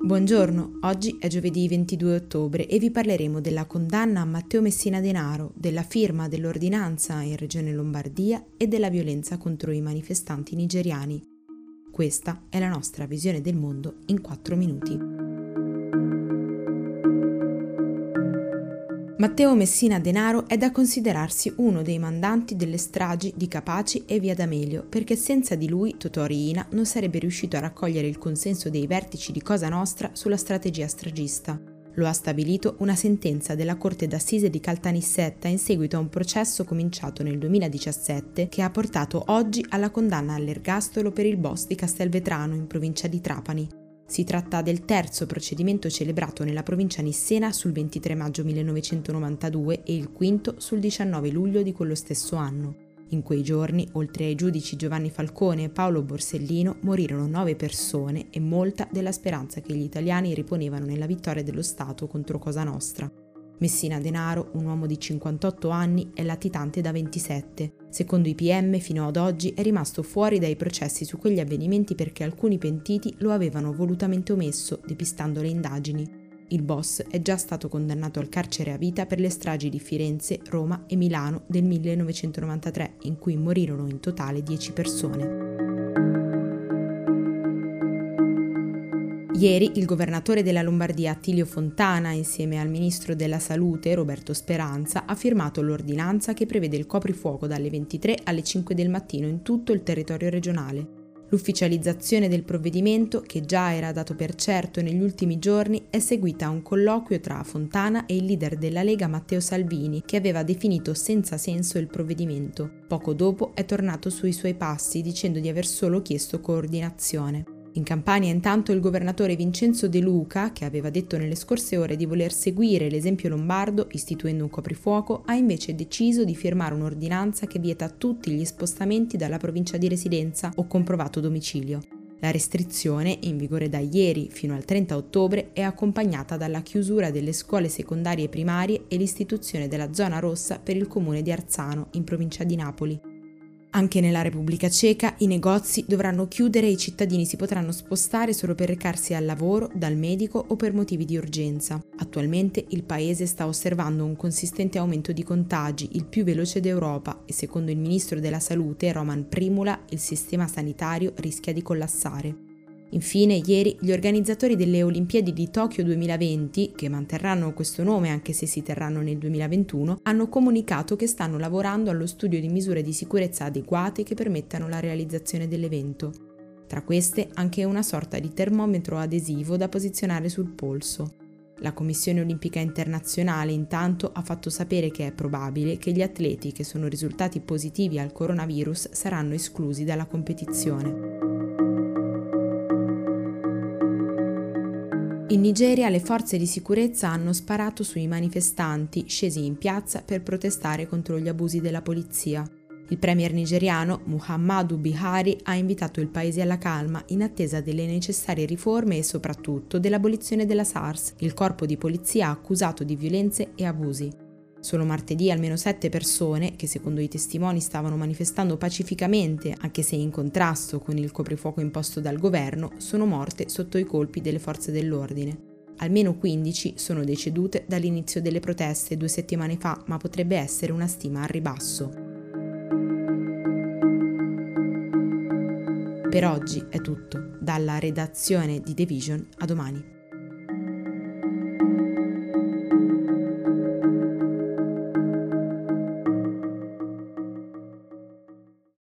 Buongiorno, oggi è giovedì 22 ottobre e vi parleremo della condanna a Matteo Messina Denaro, della firma dell'ordinanza in Regione Lombardia e della violenza contro i manifestanti nigeriani. Questa è la nostra visione del mondo in 4 minuti. Matteo Messina Denaro è da considerarsi uno dei mandanti delle stragi di Capaci e Via D'Amelio, perché senza di lui Totò Riina non sarebbe riuscito a raccogliere il consenso dei vertici di Cosa Nostra sulla strategia stragista. Lo ha stabilito una sentenza della Corte d'Assise di Caltanissetta in seguito a un processo cominciato nel 2017 che ha portato oggi alla condanna all'ergastolo per il boss di Castelvetrano in provincia di Trapani. Si tratta del terzo procedimento celebrato nella provincia nissena sul 23 maggio 1992 e il quinto sul 19 luglio di quello stesso anno. In quei giorni, oltre ai giudici Giovanni Falcone e Paolo Borsellino, morirono 9 persone e molta della speranza che gli italiani riponevano nella vittoria dello Stato contro Cosa Nostra. Messina Denaro, un uomo di 58 anni, è latitante da 27. Secondo i PM, fino ad oggi è rimasto fuori dai processi su quegli avvenimenti perché alcuni pentiti lo avevano volutamente omesso, depistando le indagini. Il boss è già stato condannato al carcere a vita per le stragi di Firenze, Roma e Milano del 1993, in cui morirono in totale 10 persone. Ieri il governatore della Lombardia Attilio Fontana, insieme al ministro della Salute Roberto Speranza, ha firmato l'ordinanza che prevede il coprifuoco dalle 23 alle 5 del mattino in tutto il territorio regionale. L'ufficializzazione del provvedimento, che già era dato per certo negli ultimi giorni, è seguita a un colloquio tra Fontana e il leader della Lega Matteo Salvini, che aveva definito senza senso il provvedimento. Poco dopo è tornato sui suoi passi dicendo di aver solo chiesto coordinazione. In Campania intanto il governatore Vincenzo De Luca, che aveva detto nelle scorse ore di voler seguire l'esempio lombardo istituendo un coprifuoco, ha invece deciso di firmare un'ordinanza che vieta tutti gli spostamenti dalla provincia di residenza o comprovato domicilio. La restrizione, in vigore da ieri fino al 30 ottobre, è accompagnata dalla chiusura delle scuole secondarie primarie e l'istituzione della zona rossa per il comune di Arzano, in provincia di Napoli. Anche nella Repubblica Ceca i negozi dovranno chiudere e i cittadini si potranno spostare solo per recarsi al lavoro, dal medico o per motivi di urgenza. Attualmente il paese sta osservando un consistente aumento di contagi, il più veloce d'Europa, e secondo il ministro della Salute Roman Primula il sistema sanitario rischia di collassare. Infine, ieri gli organizzatori delle Olimpiadi di Tokyo 2020, che manterranno questo nome anche se si terranno nel 2021, hanno comunicato che stanno lavorando allo studio di misure di sicurezza adeguate che permettano la realizzazione dell'evento. Tra queste anche una sorta di termometro adesivo da posizionare sul polso. La Commissione Olimpica Internazionale intanto ha fatto sapere che è probabile che gli atleti che sono risultati positivi al coronavirus saranno esclusi dalla competizione. In Nigeria le forze di sicurezza hanno sparato sui manifestanti scesi in piazza per protestare contro gli abusi della polizia. Il premier nigeriano Muhammadu Buhari ha invitato il paese alla calma in attesa delle necessarie riforme e soprattutto dell'abolizione della SARS, il corpo di polizia accusato di violenze e abusi. Solo martedì almeno 7 persone, che secondo i testimoni stavano manifestando pacificamente, anche se in contrasto con il coprifuoco imposto dal governo, sono morte sotto i colpi delle forze dell'ordine. Almeno 15 sono decedute dall'inizio delle proteste 2 settimane fa, ma potrebbe essere una stima al ribasso. Per oggi è tutto. Dalla redazione di The Vision, a domani.